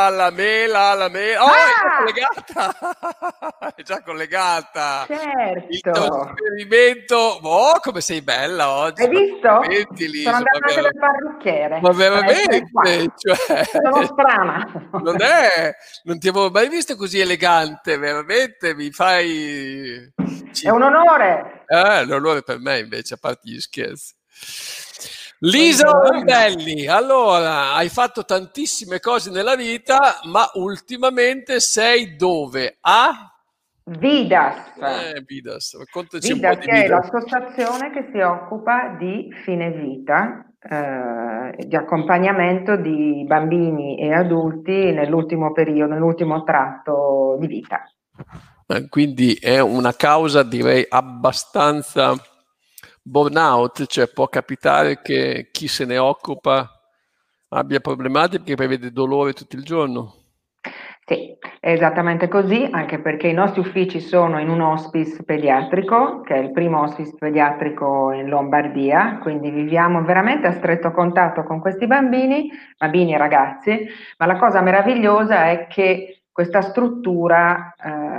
la mela, la mela. Oh, è già Ah, collegata! È già collegata! Il certo. trasferimento. Oh, come sei bella oggi! Hai Ma visto? complimenti, Sono Liso, andata anche dal ma parrucchiere per essere veramente? qua. Cioè, Sono strana. non è, non ti avevo mai visto così elegante, veramente, mi fai. È un onore. L'onore per me invece, a parte gli scherzi. Lisa Buongiorno. Oribelli, allora, hai fatto tantissime cose nella vita, ma ultimamente sei dove? A Vidas. Vidas, raccontaci un po' Vidas, di che è Vidas. l'associazione che si occupa di fine vita, di accompagnamento di bambini e adulti nell'ultimo periodo, nell'ultimo tratto di vita. Quindi è una causa, direi, abbastanza burnout, cioè può capitare che chi se ne occupa abbia problematiche perché prevede dolore tutto il giorno. Sì, è esattamente così, anche perché i nostri uffici sono in un hospice pediatrico, che è il primo hospice pediatrico in Lombardia, quindi viviamo veramente a stretto contatto con questi bambini, bambini e ragazzi, ma la cosa meravigliosa è che questa struttura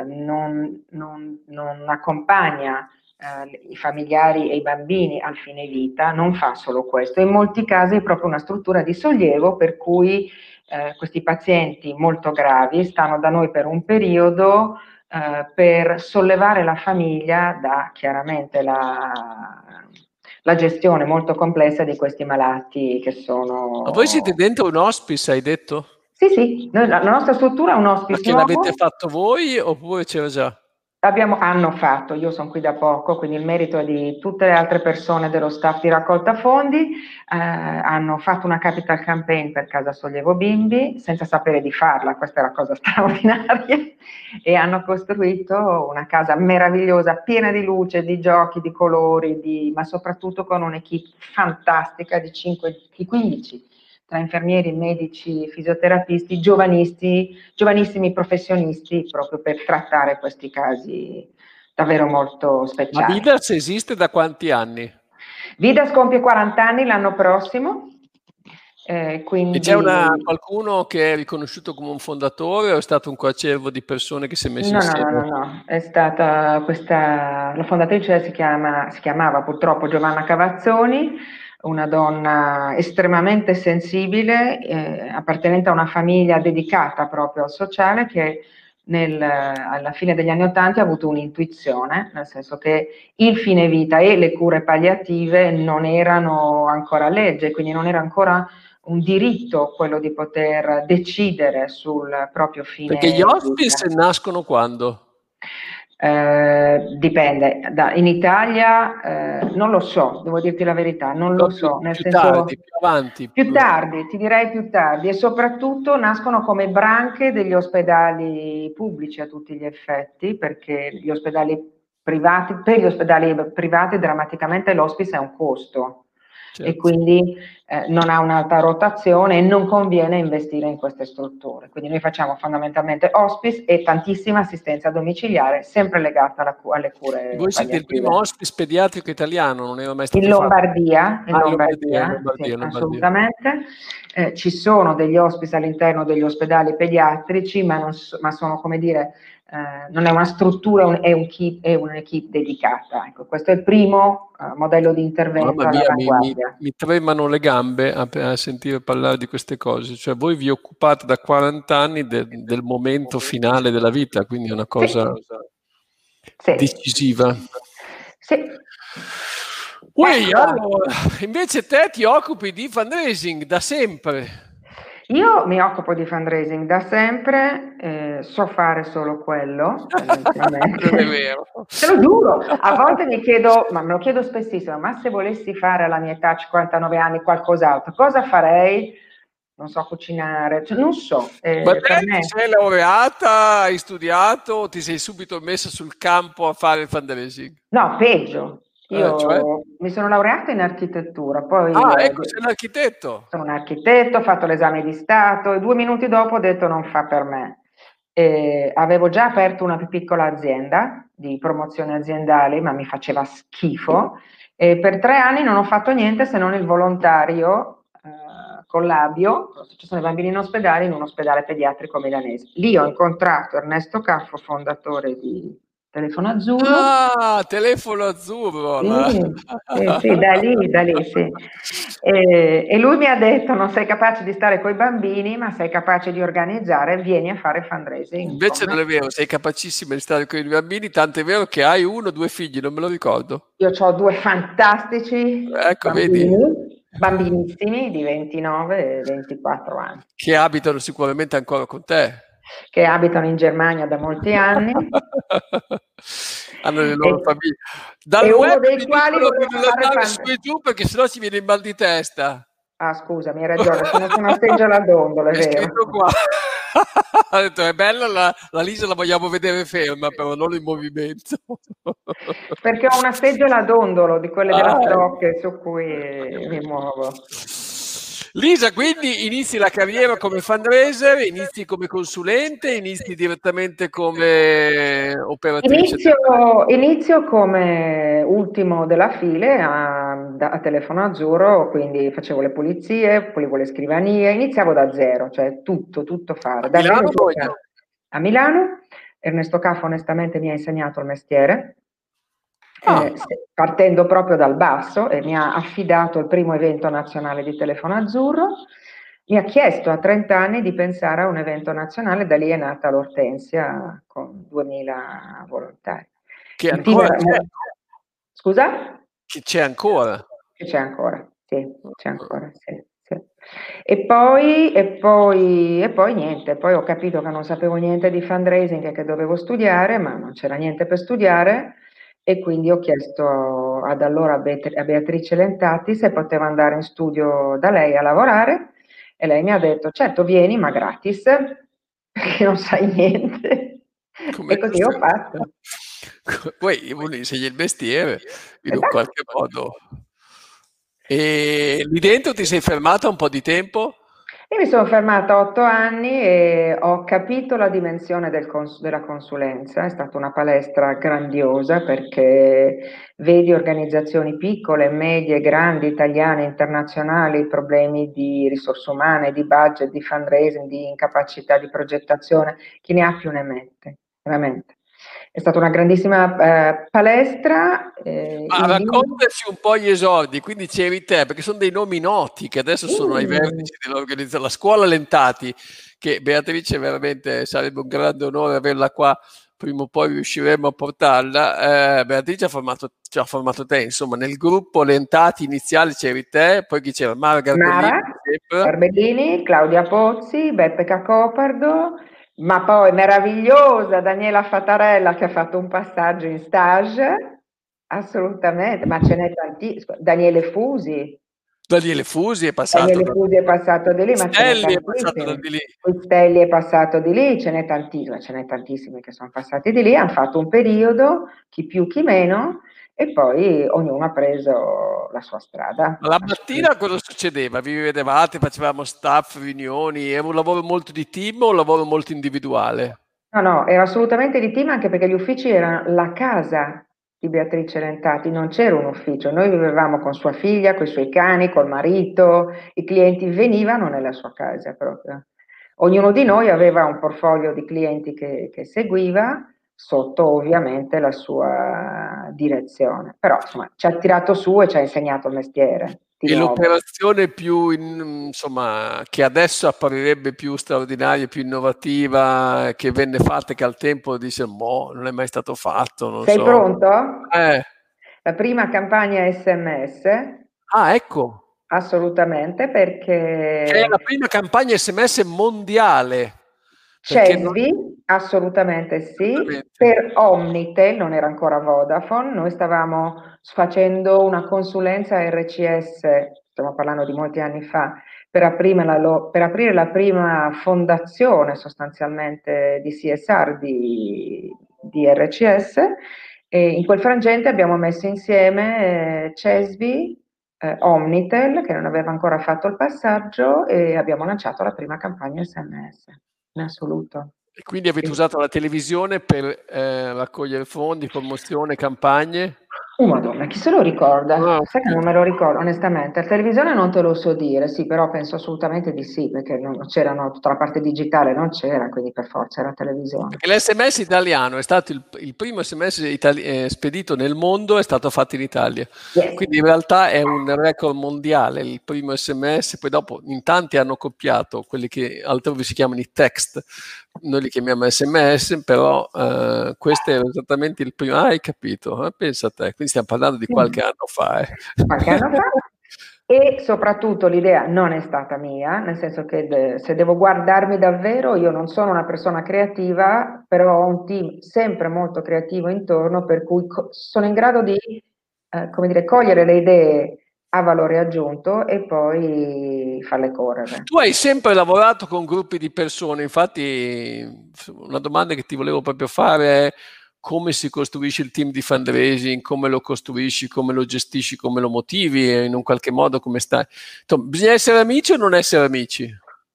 non accompagna i familiari e i bambini al fine vita, non fa solo questo, in molti casi è proprio una struttura di sollievo per cui questi pazienti molto gravi stanno da noi per un periodo per sollevare la famiglia da chiaramente la gestione molto complessa di questi malati che Ma voi siete sono. dentro un hospice, hai detto? Sì, sì, la nostra struttura è un Ma hospice che l'avete nuovo. fatto voi oppure c'era già? Hanno fatto, io sono qui da poco, quindi il merito è di tutte le altre persone dello staff di raccolta fondi, hanno fatto una capital campaign per Casa Sollievo Bimbi, senza sapere di farla, questa è la cosa straordinaria, e hanno costruito una casa meravigliosa, piena di luce, di giochi, di colori, ma soprattutto con un'equipe fantastica di 15 tra infermieri, medici, fisioterapisti, giovanissimi professionisti proprio per trattare questi casi davvero molto Ma speciali. Vidas esiste da quanti anni? Vidas compie 40 anni l'anno prossimo, E c'è quindi qualcuno che è riconosciuto come un fondatore o è stato un coacervo di persone che si è messo no, no, no, no, insieme? no, è stata questa, la fondatrice si chiamava purtroppo Giovanna Cavazzoni, una donna estremamente sensibile, appartenente a una famiglia dedicata proprio al sociale che alla fine degli anni '80 ha avuto un'intuizione, nel senso che il fine vita e le cure palliative non erano ancora legge, quindi non era ancora un diritto quello di poter decidere sul proprio Perché gli fine hospice vita. nascono quando? Dipende, in Italia non lo so, devo dirti la verità, non Però lo so, nel più tardi, senso più avanti. più tardi, ti direi più tardi, e soprattutto nascono come branche degli ospedali pubblici a tutti gli effetti, perché gli ospedali privati, per gli ospedali privati drammaticamente l'hospice è un costo e Certo. quindi non ha un'alta rotazione e non conviene investire in queste strutture. Quindi noi facciamo fondamentalmente hospice e tantissima assistenza domiciliare, sempre legata alle E cure voi siete il primo palliative. hospice pediatrico italiano, non era mai stato fatto. In In Lombardia, in Lombardia, Lombardia, sì, in Lombardia. assolutamente. Ci sono degli hospice all'interno degli ospedali pediatrici, ma sono, come dire, non è una struttura, è un'equipe dedicata. Ecco, questo è il primo modello di Mamma intervento mia, mi all'avanguardia. mi tremano le gambe a sentire parlare di queste cose. Cioè, voi vi occupate da 40 anni del momento finale della vita, quindi è una Sì, cosa sì, decisiva. sì. Ui, Ecco. allora, invece te ti occupi di fundraising da sempre. Io mi occupo di fundraising da sempre, so fare solo quello, Non è tendenzialmente. vero. Te lo giuro, a volte mi chiedo, ma me lo chiedo spessissimo, ma se volessi fare alla mia età, 59 anni, qualcos'altro, cosa farei? Non so cucinare, cioè, non so, Ma te per ti me. sei laureata, hai studiato, o ti sei subito messa sul campo a fare il fundraising? No, peggio. Cioè? Io mi sono laureata in architettura, poi Ah, ecco, sei l'architetto. sono un architetto, ho fatto l'esame di Stato e 2 minuti dopo ho detto non fa per me. Avevo già aperto una piccola azienda di promozione aziendale, ma mi faceva schifo. E per 3 anni non ho fatto niente se non il volontario con l'Abio, l'Associazione Bambini in Ospedale, in un ospedale pediatrico milanese. Lì ho incontrato Ernesto Caffo, fondatore di Telefono Azzurro. Ah, Telefono Azzurro. Sì, da lì, sì. E lui mi ha detto: non sei capace di stare con i bambini, ma sei capace di organizzare, vieni a fare fundraising Invece con non me. è vero, sei capacissima di stare con i bambini, tanto è vero che hai 1 o 2 figli, non me lo ricordo. Io ho 2 fantastici Ecco, vedi, bambinissimi di 29 e 24 anni, che abitano sicuramente ancora con te. che abitano in Germania da molti anni. Hanno le E, loro famiglie. Dal e web uno dei mi quali dicono di voleva non fare andare su e giù perché sennò ci viene il mal di testa. Ah, scusami, hai ragione, sono su una seggiola a dondolo, è È vero. scritto qua. Ha detto, è bella la Lisa, la vogliamo vedere ferma, però non in movimento. Perché ho una seggiola a dondolo di quelle della Ah, Stocche su cui mi muovo. Lisa, quindi inizi la carriera come fundraiser, inizi come consulente, inizi direttamente come operatrice del Inizio come ultimo della file a Telefono Azzurro, quindi facevo le pulizie, pulivo le scrivanie, iniziavo da zero, cioè tutto a fare. Davvero Milano o Bologna? a Milano, Ernesto Caffo onestamente mi ha insegnato il mestiere, Ah, partendo proprio dal basso, e mi ha affidato il primo evento nazionale di Telefono Azzurro. Mi ha chiesto a 30 anni di pensare a un evento nazionale, da lì è nata l'Ortensia con 2000 volontari. che Il team ancora era c'è, Scusa? che c'è ancora. Che c'è ancora, sì, c'è ancora, sì, sì. E poi niente, poi ho capito che non sapevo niente di fundraising e che dovevo studiare, ma non c'era niente per studiare, e quindi ho chiesto ad allora a Beatrice Lentati se poteva andare in studio da lei a lavorare, e lei mi ha detto: certo, vieni, ma gratis, perché non sai niente. Come E così ho giusto. fatto. Poi uno insegna il mestiere in un Esatto. qualche modo. E lì dentro ti sei fermata un po' di tempo? Io mi sono fermata 8 anni e ho capito la dimensione della consulenza. È stata una palestra grandiosa perché vedi organizzazioni piccole, medie, grandi, italiane, internazionali, problemi di risorse umane, di budget, di fundraising, di incapacità di progettazione. Chi ne ha più ne mette, veramente. È stata una grandissima palestra. Ma raccontaci un po' gli esordi, quindi c'eri te, perché sono dei nomi noti che adesso sono ai Mm. vertici dell'organizzazione. La scuola Lentati, che Beatrice veramente sarebbe un grande onore averla qua, prima o poi riusciremo a portarla. Beatrice ci ha formato te, insomma, nel gruppo Lentati iniziale c'eri te, poi chi c'era? Mara Garbellini, Mara, sempre. Garbellini, Claudia Pozzi, Beppe Cacopardo, ma poi meravigliosa Daniela Fattarella che ha fatto un passaggio in stage, assolutamente, ma ce n'è tanti, Daniele Fusi, Daniele Fusi è passato Daniele da Fusi è passato di lì, ma ce n'è Stelli, è passato da tantissimi. di lì. Stelli è passato di lì, ce n'è tantissimi che sono passati di lì, hanno fatto un periodo, chi più chi meno, e poi ognuno ha preso la sua strada. Ma la Assolutamente. mattina cosa succedeva? Vi vedevate, facevamo staff, riunioni, era un lavoro molto di team o un lavoro molto individuale? No, no, era assolutamente di team, anche perché gli uffici erano la casa di Beatrice Lentati, non c'era un ufficio, noi vivevamo con sua figlia, con i suoi cani, col marito, i clienti venivano nella sua casa proprio. Ognuno di noi aveva un portfolio di clienti che seguiva, sotto ovviamente la sua direzione, però insomma ci ha tirato su e ci ha insegnato il mestiere di E nuovo. l'operazione più, insomma, che adesso apparirebbe più straordinaria, più innovativa, che venne fatta, che al tempo dice, boh, non è mai stato fatto, non Sei so. pronto? Eh, La prima campagna SMS. ah, ecco, Assolutamente, che è la perché prima campagna SMS mondiale, perché non... CESVI, assolutamente sì, Esattamente. per Omnitel, non era ancora Vodafone, noi stavamo facendo una consulenza RCS, stiamo parlando di molti anni fa, per aprire la prima fondazione sostanzialmente di CSR di RCS, e in quel frangente abbiamo messo insieme CESVI, Omnitel, che non aveva ancora fatto il passaggio, e abbiamo lanciato la prima campagna SMS, in assoluto. E quindi avete Sì. usato la televisione per raccogliere fondi, promozione, campagne? Madonna, chi se lo ricorda? Ah, Sai che non me lo ricordo, onestamente. La televisione non te lo so dire, sì, però penso assolutamente di sì, perché non c'erano, tutta la parte digitale non c'era, quindi per forza era televisione. perché l'SMS italiano è stato il primo SMS spedito nel mondo, è stato fatto in Italia. Yes. Quindi in realtà è un record mondiale, il primo SMS, poi dopo in tanti hanno copiato quelli che altrove si chiamano i text, noi li chiamiamo SMS, però questo era esattamente il primo. Ah, hai capito? Pensa a te, quindi stiamo parlando di Mm. qualche anno fa. Qualche anno fa. E soprattutto l'idea non è stata mia, nel senso che se devo guardarmi davvero, io non sono una persona creativa, però ho un team sempre molto creativo intorno, per cui sono in grado di, come dire, cogliere le idee a valore aggiunto e poi farle correre. Tu hai sempre lavorato con gruppi di persone, infatti una domanda che ti volevo proprio fare è come si costruisce il team di fundraising, come lo costruisci, come lo gestisci, come lo motivi e in un qualche modo come stai. Insomma, bisogna essere amici o non essere amici?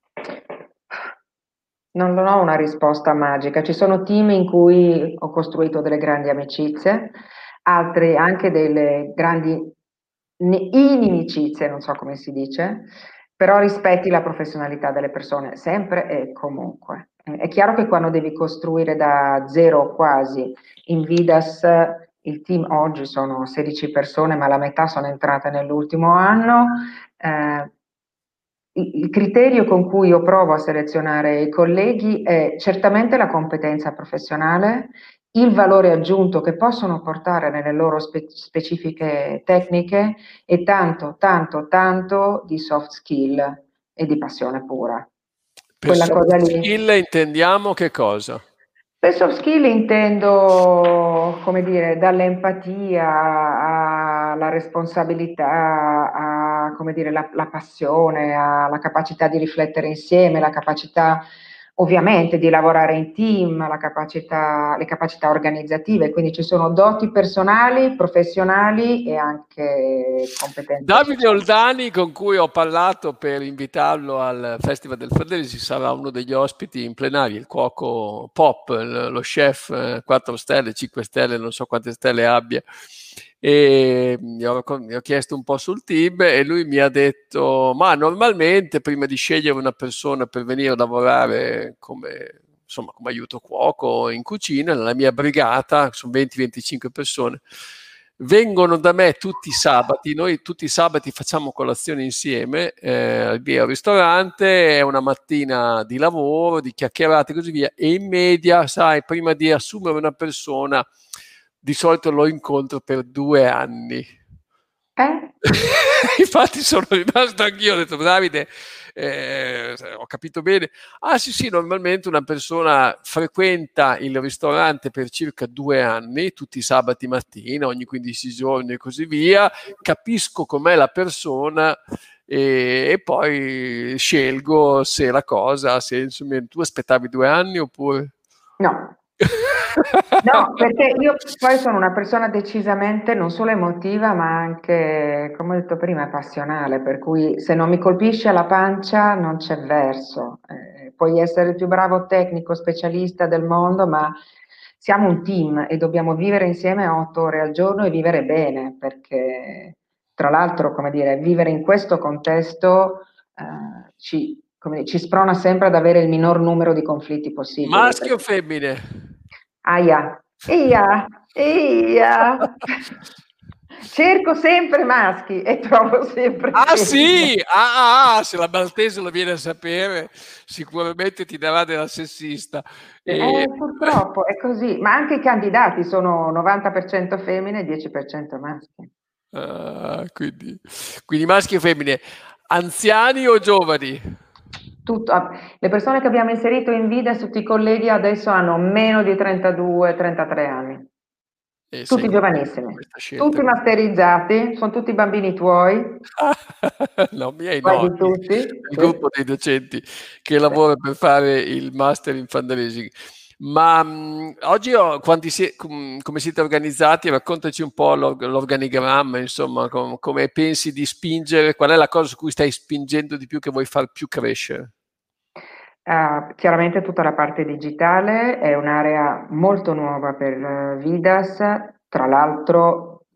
Non ho una risposta magica. Ci sono team in cui ho costruito delle grandi amicizie, altri anche delle grandi inimicizie, non so come si dice, però rispetti la professionalità delle persone sempre e comunque. È chiaro che quando devi costruire da zero quasi in Vidas, il team oggi sono 16 persone, ma la metà sono entrate nell'ultimo anno. eh, il criterio con cui io provo a selezionare i colleghi è certamente la competenza professionale, il valore aggiunto che possono portare nelle loro specifiche tecniche e tanto, tanto, tanto di soft skill e di passione pura. Per Quella soft cosa lì. skill intendiamo che cosa? Per soft skill intendo, come dire, dall'empatia alla responsabilità, a, come dire, la passione, alla capacità di riflettere insieme, la capacità ovviamente di lavorare in team, le capacità organizzative, quindi ci sono doti personali, professionali e anche competenze Davide sociali. Oldani, con cui ho parlato per invitarlo al Festival del Fantasy, sarà uno degli ospiti in plenaria, il cuoco pop, lo chef 4 stelle, 5 stelle, non so quante stelle abbia. E gli ho chiesto un po' sul team e lui mi ha detto: ma normalmente prima di scegliere una persona per venire a lavorare come, insomma, come aiuto cuoco in cucina, nella mia brigata, sono 20-25 persone, vengono da me tutti i sabati, noi tutti i sabati facciamo colazione insieme al ristorante, è una mattina di lavoro, di chiacchierate e così via, e in media, sai, prima di assumere una persona, di solito lo incontro per 2 anni. Eh? Infatti sono rimasto anch'io, ho detto Davide, ho capito bene. Ah sì sì, normalmente una persona frequenta il ristorante per circa 2 anni, tutti i sabati mattina, ogni 15 giorni e così via, capisco com'è la persona e poi scelgo se la cosa ha senso. Tu aspettavi 2 anni oppure? No. No, perché io poi sono una persona decisamente non solo emotiva, ma anche, come ho detto prima, passionale, per cui se non mi colpisce alla pancia non c'è verso. Puoi essere il più bravo tecnico, specialista del mondo, ma siamo un team e dobbiamo vivere insieme 8 ore al giorno e vivere bene, perché tra l'altro, come dire, vivere in questo contesto ci sprona sempre ad avere il minor numero di conflitti possibili. Maschi o femmine? Aia, ia, ia. Cerco sempre maschi e trovo sempre Ah femmine. sì, se la Maltese lo viene a sapere, sicuramente ti darà della sessista. E... Purtroppo è così, ma anche i candidati sono 90% femmine e 10% maschi. quindi maschi e femmine, anziani o giovani? Le persone che abbiamo inserito in Vides, tutti i colleghi adesso hanno meno di 32-33 anni, Sei tutti contento di giovanissimi, questa scelta? tutti masterizzati, sono tutti bambini tuoi, No, miei tuoi no, di tutti. il Sì, gruppo dei docenti che sì. lavora per fare il master in fundraising. Ma oggi come siete organizzati? Raccontaci un po' l'organigramma, insomma, come pensi di spingere, qual è la cosa su cui stai spingendo di più che vuoi far più crescere? Chiaramente tutta la parte digitale è un'area molto nuova per Vidas, tra l'altro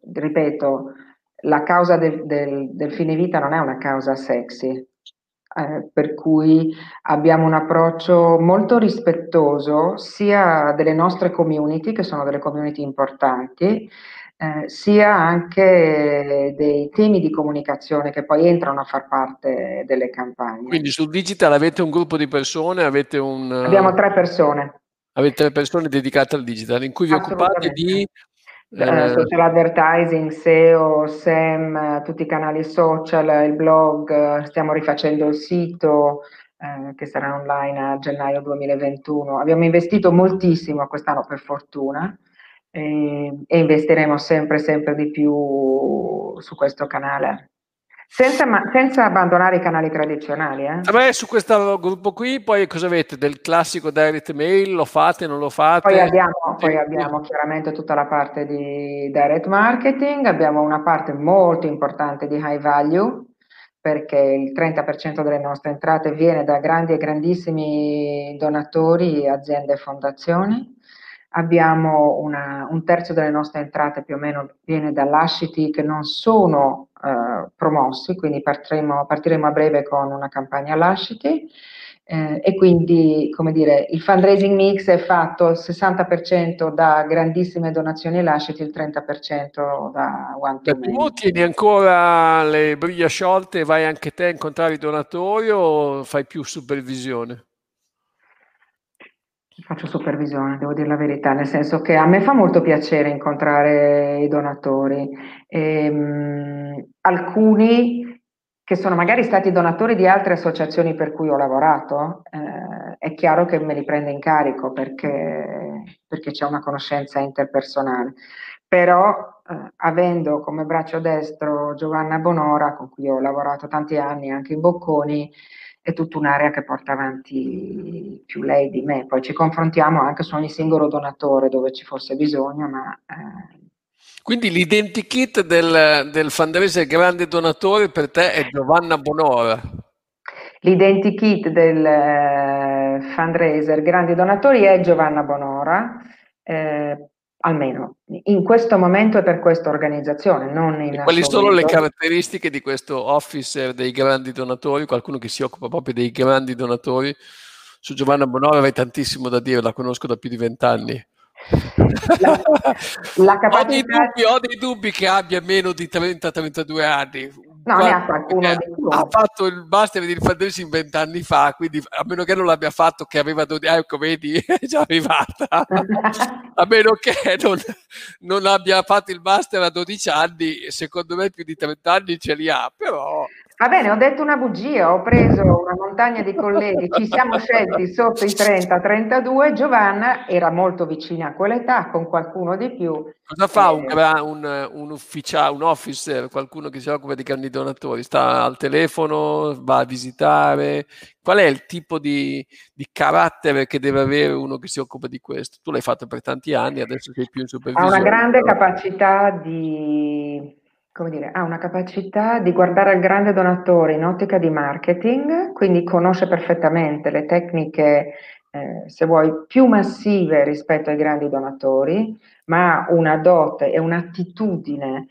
ripeto, la causa del fine vita non è una causa sexy, per cui abbiamo un approccio molto rispettoso sia delle nostre community, che sono delle community importanti, sia anche dei temi di comunicazione che poi entrano a far parte delle campagne. Quindi sul digital avete un gruppo di persone, Abbiamo 3 persone. avete 3 persone dedicate al digital, in cui vi occupate di Social advertising, SEO, SEM, tutti i canali social, il blog, stiamo rifacendo il sito che sarà online a gennaio 2021. Abbiamo investito moltissimo quest'anno, per fortuna, e investiremo sempre di più su questo canale. Senza abbandonare i canali tradizionali. Vabbè, su questo gruppo qui, poi cosa avete? Del classico direct mail? Lo fate, non lo fate? Poi abbiamo chiaramente tutta la parte di direct marketing, abbiamo una parte molto importante di high value, perché il 30% delle nostre entrate viene da grandi e grandissimi donatori, aziende e fondazioni. Abbiamo un terzo delle nostre entrate più o meno viene da lasciti che non sono promossi, quindi partiremo a breve con una campagna lasciti. E quindi, come dire, il fundraising mix è fatto il 60% da grandissime donazioni e lasciti, il 30% da one to Tu many. tieni ancora le briglie sciolte e vai anche te a incontrare i donatori o fai più supervisione? Faccio supervisione, devo dire la verità, nel senso che a me fa molto piacere incontrare i donatori. Alcuni che sono magari stati donatori di altre associazioni per cui ho lavorato, è chiaro che me li prende in carico perché c'è una conoscenza interpersonale. Però, avendo come braccio destro Giovanna Bonora, con cui ho lavorato tanti anni anche in Bocconi, è tutta un'area che porta avanti più lei di me. Poi ci confrontiamo anche su ogni singolo donatore dove ci fosse bisogno, ma Quindi l'identikit del fundraiser grande donatore per te è Giovanna Bonora. l'identikit del fundraiser grandi donatori è Giovanna Bonora, almeno in questo momento e per questa organizzazione, non E in quali sono le assoluto. caratteristiche di questo officer dei grandi donatori? Qualcuno che si occupa proprio dei grandi donatori? Su Giovanna Bonora avrei tantissimo da dire, la conosco da più di 20 anni. La capacità. Ho dei dubbi che abbia meno di 30-32 anni. No, ne ha qualcuno Perché di più. ha fatto il master di fundraising 20 anni fa, quindi a meno che non l'abbia fatto che aveva 12 ecco, vedi, è già arrivata. A meno che non abbia fatto il master a 12 anni, secondo me più di 30 anni ce li ha, però. Va bene, ho detto una bugia, ho preso una montagna di colleghi, ci siamo scelti sotto i 30-32, Giovanna era molto vicina a quell'età, con qualcuno di più. Cosa fa un ufficiale, un officer, qualcuno che si occupa di grandi donatori? Sta al telefono, va a visitare? Qual è il tipo di carattere che deve avere uno che si occupa di questo? Tu l'hai fatto per tanti anni, adesso sei più in Ha una supervisione. grande capacità come dire, ha una capacità di guardare al grande donatore in ottica di marketing, quindi conosce perfettamente le tecniche, se vuoi, più massive rispetto ai grandi donatori, ma ha una dote e un'attitudine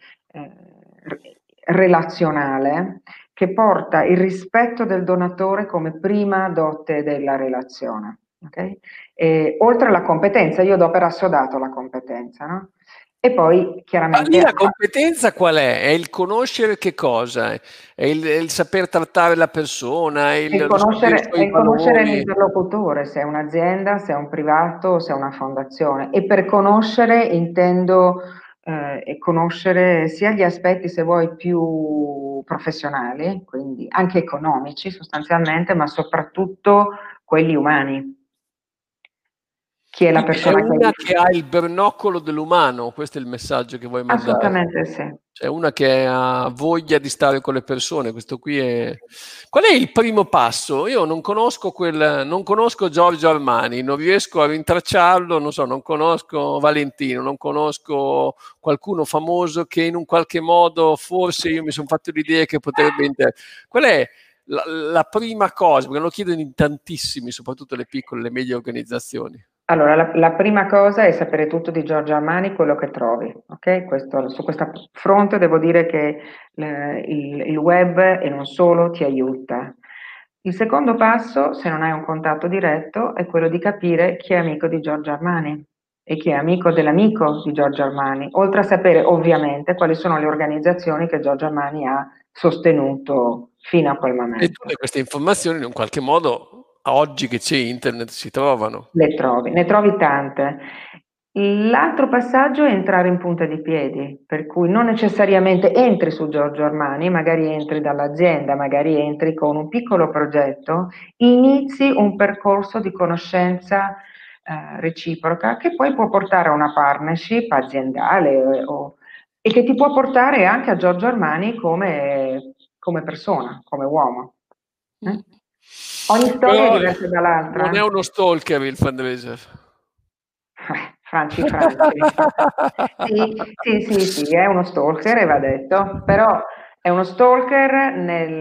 relazionale che porta il rispetto del donatore come prima dote della relazione. Okay? E, oltre alla competenza, io do per assodato la competenza, no? E poi Ma lì chiaramente la competenza qual è? È il conoscere che cosa? È il saper trattare la persona, lo sapere i è suoi il conoscere valori. l'interlocutore, se è un'azienda, se è un privato, se è una fondazione. E per conoscere intendo conoscere sia gli aspetti, se vuoi, più professionali, quindi anche economici sostanzialmente, ma soprattutto quelli umani. Chi è la Quindi è persona che una che ha il bernoccolo dell'umano, questo è il messaggio che vuoi mandare. Assolutamente sì. Cioè una che ha voglia di stare con le persone, questo qui è. Qual è il primo passo? Io non conosco Giorgio Armani, non riesco a rintracciarlo, non so, non conosco Valentino, non conosco qualcuno famoso che in un qualche modo forse io mi sono fatto l'idea che potrebbe Qual è la prima cosa? Perché lo chiedono in tantissimi, soprattutto le piccole, le medie organizzazioni. Allora, la prima cosa è sapere tutto di Giorgio Armani, quello che trovi, ok? Su questo fronte devo dire che il web e non solo ti aiuta. Il secondo passo, se non hai un contatto diretto, è quello di capire chi è amico di Giorgio Armani e chi è amico dell'amico di Giorgio Armani, oltre a sapere ovviamente quali sono le organizzazioni che Giorgio Armani ha sostenuto fino a quel E momento. tutte queste informazioni in un qualche modo, oggi che c'è internet, si trovano. Ne trovi tante. L'altro passaggio è entrare in punta di piedi, per cui non necessariamente entri su Giorgio Armani, magari entri dall'azienda, magari entri con un piccolo progetto, inizi un percorso di conoscenza reciproca che poi può portare a una partnership aziendale e che ti può portare anche a Giorgio Armani come persona, come uomo. Mm. Ogni storia è Però diversa non è dall'altra. uno stalker il fundraiser. Franci Franci. Sì, sì, sì, sì, è uno stalker, e va detto, però è uno stalker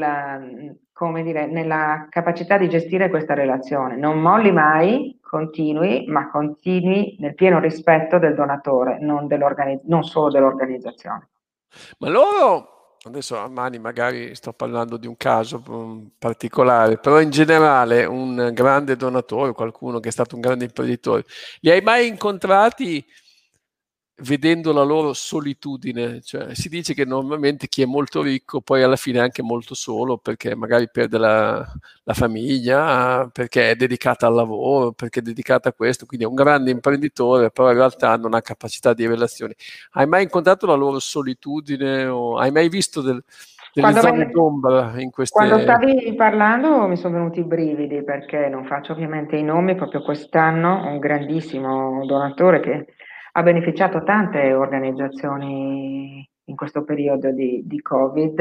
come dire, nella capacità di gestire questa relazione. Non molli mai, continui, ma continui nel pieno rispetto del donatore, non solo dell'organizzazione. Ma loro, adesso Armani magari sto parlando di un caso particolare, però in generale un grande donatore, qualcuno che è stato un grande imprenditore, li hai mai incontrati vedendo la loro solitudine? Cioè, si dice che normalmente chi è molto ricco poi alla fine è anche molto solo perché magari perde la famiglia, perché è dedicata al lavoro, perché è dedicata a questo, quindi è un grande imprenditore, però in realtà non ha capacità di relazioni. Hai mai incontrato la loro solitudine o hai mai visto delle Quando, zone me- d'ombra in Quando queste... stavi parlando mi sono venuti i brividi perché non faccio ovviamente i nomi, proprio quest'anno un grandissimo donatore che ha beneficiato tante organizzazioni in questo periodo di Covid.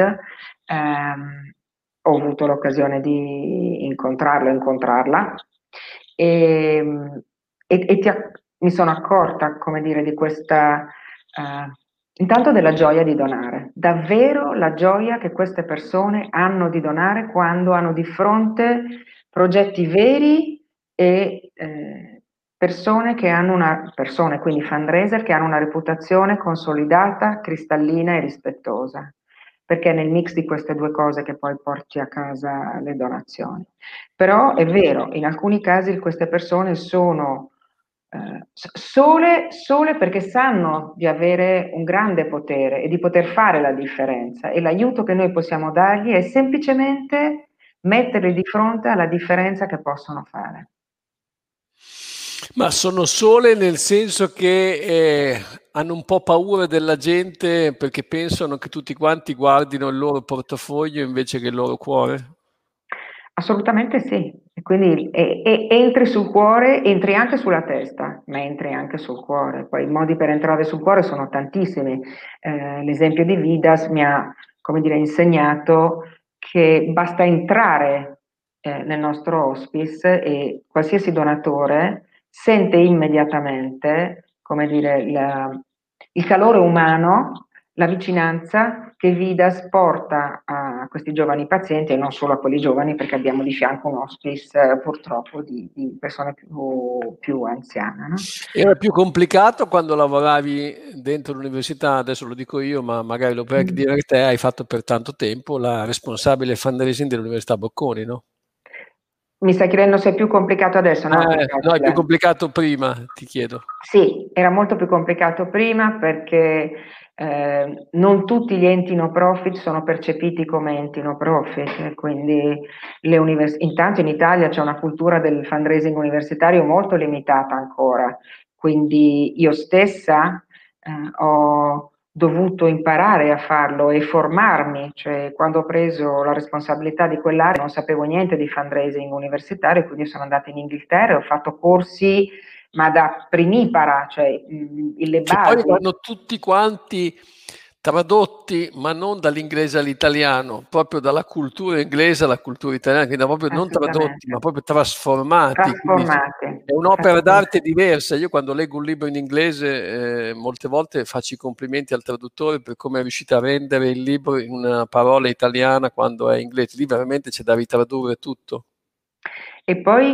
Ho avuto l'occasione di incontrarlo e incontrarla e, mi sono accorta, come dire, di questa, intanto della gioia di donare, davvero la gioia che queste persone hanno di donare quando hanno di fronte progetti veri e persone, quindi fundraiser, che hanno una reputazione consolidata, cristallina e rispettosa, perché è nel mix di queste due cose che poi porti a casa le donazioni. Però è vero, in alcuni casi queste persone sono sole perché sanno di avere un grande potere e di poter fare la differenza, e l'aiuto che noi possiamo dargli è semplicemente metterli di fronte alla differenza che possono fare. Ma sono sole nel senso che hanno un po' paura della gente perché pensano che tutti quanti guardino il loro portafoglio invece che il loro cuore. Assolutamente sì, e quindi entri sul cuore, entri anche sulla testa, ma entri anche sul cuore. Poi i modi per entrare sul cuore sono tantissimi. L'esempio di Vidas mi ha, come dire, insegnato che basta entrare nel nostro hospice e qualsiasi donatore sente immediatamente, come dire, il calore umano, la vicinanza che Vidas porta a questi giovani pazienti e non solo a quelli giovani, perché abbiamo di fianco un hospice purtroppo di persone più anziane, no? Era più complicato quando lavoravi dentro l'università, adesso lo dico io, ma magari lo puoi Mm. dire te, hai fatto per tanto tempo la responsabile fundraising dell'Università Bocconi, no? Mi stai chiedendo se è più complicato adesso? No, è più No, è più facile. complicato prima, ti chiedo. Sì, era molto più complicato prima perché non tutti gli enti no profit sono percepiti come enti no profit, e quindi intanto in Italia c'è una cultura del fundraising universitario molto limitata ancora, quindi io stessa ho dovuto imparare a farlo e formarmi, cioè quando ho preso la responsabilità di quell'area non sapevo niente di fundraising universitario, quindi sono andata in Inghilterra e ho fatto corsi ma da primipara, cioè le Che poi basi. vanno tutti quanti tradotti, ma non dall'inglese all'italiano, proprio dalla cultura inglese alla cultura italiana, quindi proprio non tradotti, ma Assolutamente. proprio trasformati. Quindi Trasformate, è un'opera d'arte assolutamente. diversa. Io quando leggo un libro in inglese, molte volte faccio i complimenti al traduttore per come è riuscito a rendere il libro in una parola italiana quando è inglese. Lì veramente c'è da ritradurre tutto. E poi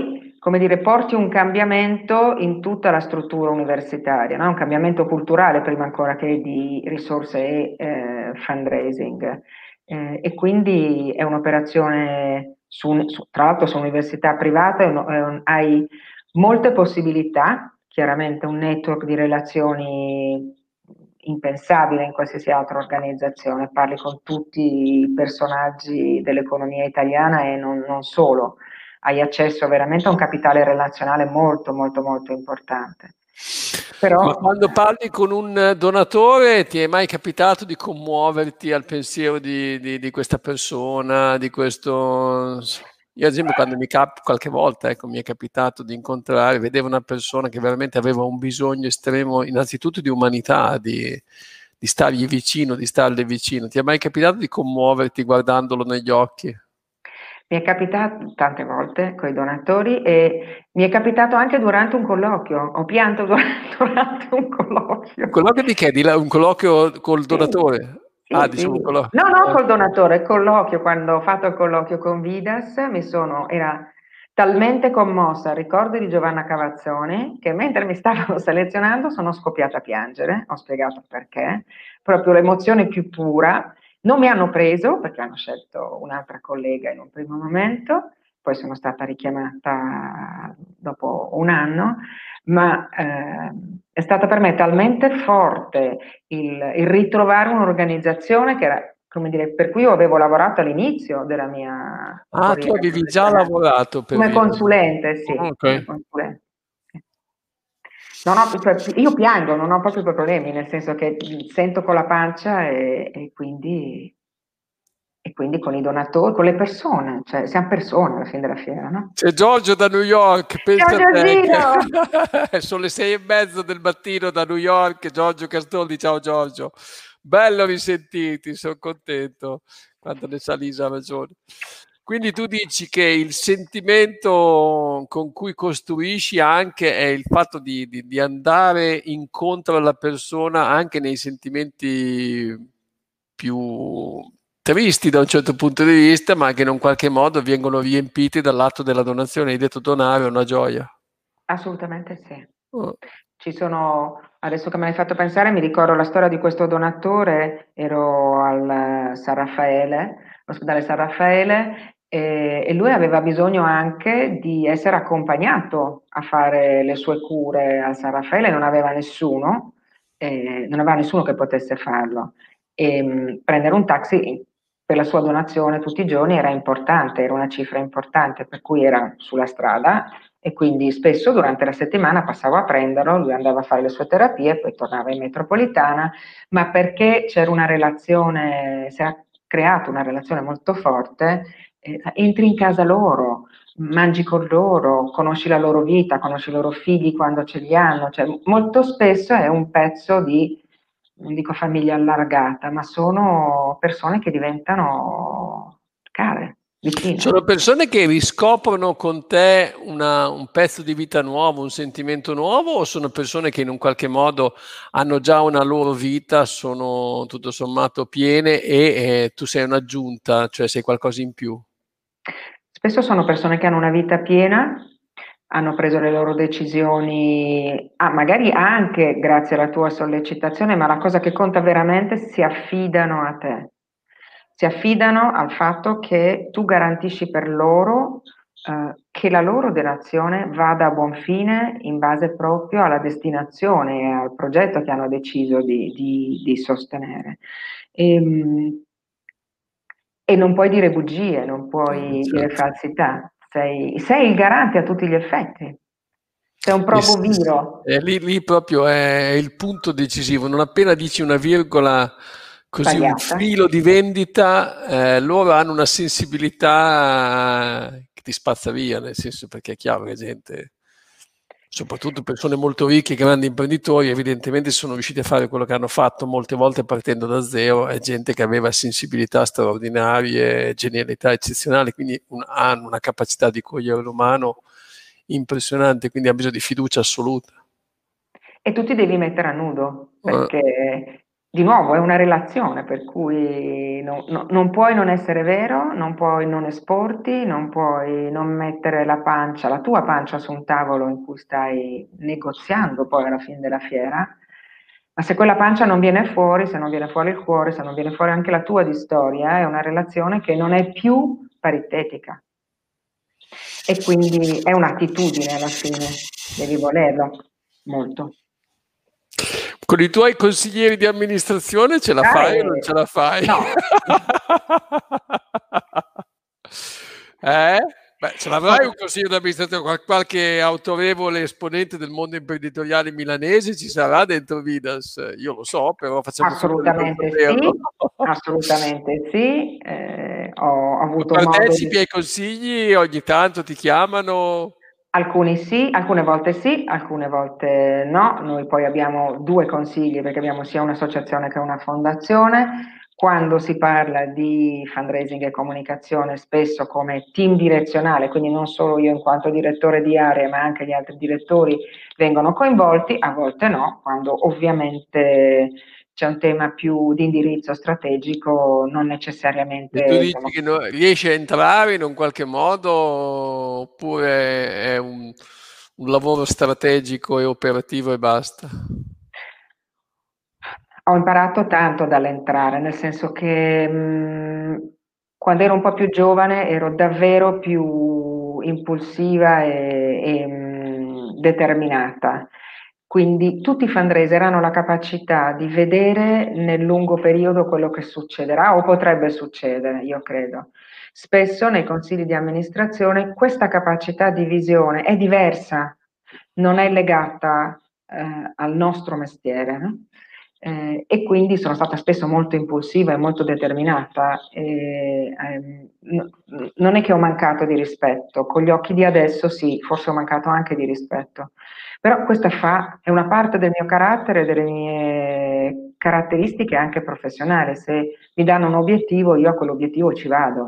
come dire, porti un cambiamento in tutta la struttura universitaria, no? Un cambiamento culturale prima ancora che di risorse e fundraising. E quindi è un'operazione, tra l'altro su università private, hai molte possibilità, chiaramente un network di relazioni impensabile in qualsiasi altra organizzazione, parli con tutti i personaggi dell'economia italiana e non solo, hai accesso veramente a un capitale relazionale molto molto molto importante. Però, ma quando parli con un donatore, ti è mai capitato di commuoverti al pensiero di questa persona, di questo... Io ad esempio quando qualche volta, ecco, mi è capitato di incontrare, vedevo una persona che veramente aveva un bisogno estremo, innanzitutto di umanità, di stargli vicino, di starle vicino. Ti è mai capitato di commuoverti guardandolo negli occhi? mi è capitato tante volte con i donatori e mi è capitato anche durante un colloquio, ho pianto durante un Un colloquio. colloquio di che? Un colloquio col Sì, donatore? Ah, sì, sì. diciamo un colloquio. No, no, col donatore, colloquio, quando ho fatto il colloquio con Vidas era talmente commossa, ricordo di Giovanna Cavazzoni, che mentre mi stavano selezionando sono scoppiata a piangere, ho spiegato perché, proprio l'emozione più pura. Non mi hanno preso perché hanno scelto un'altra collega in un primo momento, poi sono stata richiamata dopo un anno, ma è stata per me talmente forte il ritrovare un'organizzazione che era, come dire, per cui io avevo lavorato all'inizio della mia Ah, tu carriera avevi già professionale. lavorato per Come via. consulente, sì, come Ok. consulente. Sì. No, no, cioè, io piango, non ho proprio problemi, nel senso che sento con la pancia e quindi con i donatori, con le persone, cioè siamo persone alla fine della fiera, no? C'è Giorgio da New York, Ciao pensa a te Giorgino! che sono le 6:30 del mattino da New York, Giorgio Castoldi, ciao Giorgio. Bello risentirti, sono contento quando ne sa Lisa ha ragione. Quindi tu dici che il sentimento con cui costruisci anche è il fatto di andare incontro alla persona anche nei sentimenti più tristi da un certo punto di vista, ma che in un qualche modo vengono riempiti dall'atto della donazione. Hai detto donare è una gioia. Assolutamente sì. Oh. Adesso che me l'hai fatto pensare, mi ricordo la storia di questo donatore, ero al San Raffaele, all'ospedale San Raffaele, e lui aveva bisogno anche di essere accompagnato a fare le sue cure al San Raffaele, non aveva nessuno che potesse farlo. E prendere un taxi per la sua donazione tutti i giorni era importante, era una cifra importante, per cui era sulla strada e quindi spesso durante la settimana passavo a prenderlo, lui andava a fare le sue terapie, poi tornava in metropolitana, ma perché c'era una relazione, si era creata una relazione molto forte, entri in casa loro, mangi con loro, conosci la loro vita, conosci i loro figli quando ce li hanno, cioè molto spesso è un pezzo di, non dico famiglia allargata, ma sono persone che diventano care, vicine. Sono persone che riscoprono con te un pezzo di vita nuovo, un sentimento nuovo, o sono persone che in un qualche modo hanno già una loro vita, sono tutto sommato piene e tu sei un'aggiunta, cioè sei qualcosa in più? Spesso sono persone che hanno una vita piena, hanno preso le loro decisioni, magari anche grazie alla tua sollecitazione, ma la cosa che conta veramente si affidano a te, si affidano al fatto che tu garantisci per loro che la loro donazione vada a buon fine in base proprio alla destinazione e al progetto che hanno deciso di sostenere. E non puoi dire bugie, non puoi dire Certo. falsità, sei il garante a tutti gli effetti, sei un proboviro Lì proprio è il punto decisivo. Non appena dici una virgola, così un sbagliata. filo di vendita, loro hanno una sensibilità che ti spazza via, nel senso perché è chiaro che gente, soprattutto persone molto ricche, grandi imprenditori, evidentemente sono riusciti a fare quello che hanno fatto molte volte partendo da zero, è gente che aveva sensibilità straordinarie, genialità eccezionali, quindi hanno una capacità di cogliere l'umano impressionante, quindi ha bisogno di fiducia assoluta. E tu ti devi mettere a nudo, Eh, perché di nuovo è una relazione, per cui non puoi non essere vero, non puoi non esporti, non puoi non mettere la tua pancia su un tavolo in cui stai negoziando poi alla fine della fiera, ma se quella pancia non viene fuori, se non viene fuori il cuore, se non viene fuori anche la tua di storia, è una relazione che non è più paritetica. E quindi è un'attitudine alla fine, devi volerlo molto. Con i tuoi consiglieri di amministrazione ce la fai o non ce la fai? No. Beh, ce l'avrai un consiglio di amministrazione, qualche autorevole esponente del mondo imprenditoriale milanese ci sarà dentro Vidas, io lo so, però facciamo assolutamente sì, assolutamente sì, ho avuto modo partecipi ai consigli, ogni tanto ti chiamano? Alcuni sì, alcune volte no. Noi poi abbiamo 2 consigli perché abbiamo sia un'associazione che una fondazione. Quando si parla di fundraising e comunicazione, spesso come team direzionale, quindi non solo io in quanto direttore di area, ma anche gli altri direttori vengono coinvolti, a volte no, quando ovviamente c'è un tema più di indirizzo strategico, non necessariamente. E tu dici che riesci a entrare in un qualche modo oppure è un lavoro strategico e operativo e basta? Ho imparato tanto dall'entrare, nel senso che quando ero un po' più giovane ero davvero più impulsiva e determinata. Quindi tutti i fundraiser hanno la capacità di vedere nel lungo periodo quello che succederà o potrebbe succedere, io credo. Spesso nei consigli di amministrazione questa capacità di visione è diversa, non è legata al nostro mestiere, no? E quindi sono stata spesso molto impulsiva e molto determinata. Non è che ho mancato di rispetto, con gli occhi di adesso sì, forse ho mancato anche di rispetto, però questa è una parte del mio carattere, delle mie caratteristiche anche professionali. Se mi danno un obiettivo, io a quell'obiettivo ci vado,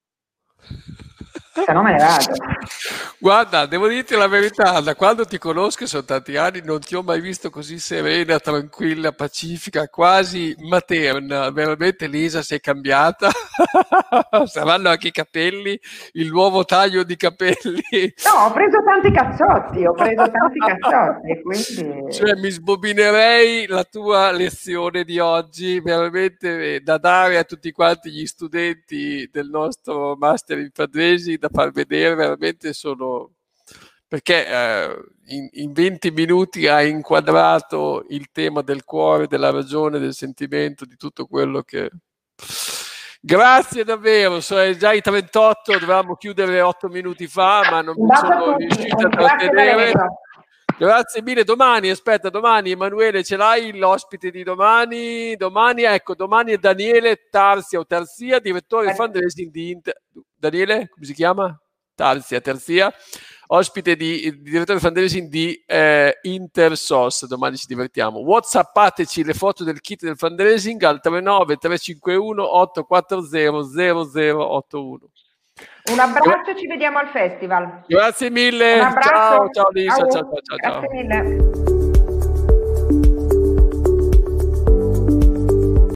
se no me ne vado. Guarda, devo dirti la verità, da quando ti conosco, sono tanti anni, non ti ho mai visto così serena, tranquilla, pacifica, quasi materna. Veramente, Lisa, sei cambiata. Saranno anche i capelli, il nuovo taglio di capelli. No, ho preso tanti cazzotti, quindi. Cioè, mi sbobinerei la tua lezione di oggi, veramente da dare a tutti quanti gli studenti del nostro Master in Fundraising, da far vedere, veramente sono. Perché in 20 minuti hai inquadrato il tema del cuore, della ragione, del sentimento, di tutto quello che. Grazie davvero, sono già i 38, dovevamo chiudere 8 minuti fa, ma non mi sono riuscito a trattenere. Grazie mille. Domani Emanuele, ce l'hai l'ospite di domani? Domani è Daniele Tarzia, direttore fundraising di Daniele, come si chiama? Tarzia, ospite di direttore fundraising di Intersos. Domani ci divertiamo. WhatsAppateci le foto del kit del fundraising al 39 351 840 0081. Un abbraccio e ci vediamo al festival. Grazie mille. Un abbraccio. Ciao Lisa. Ciao. Grazie mille.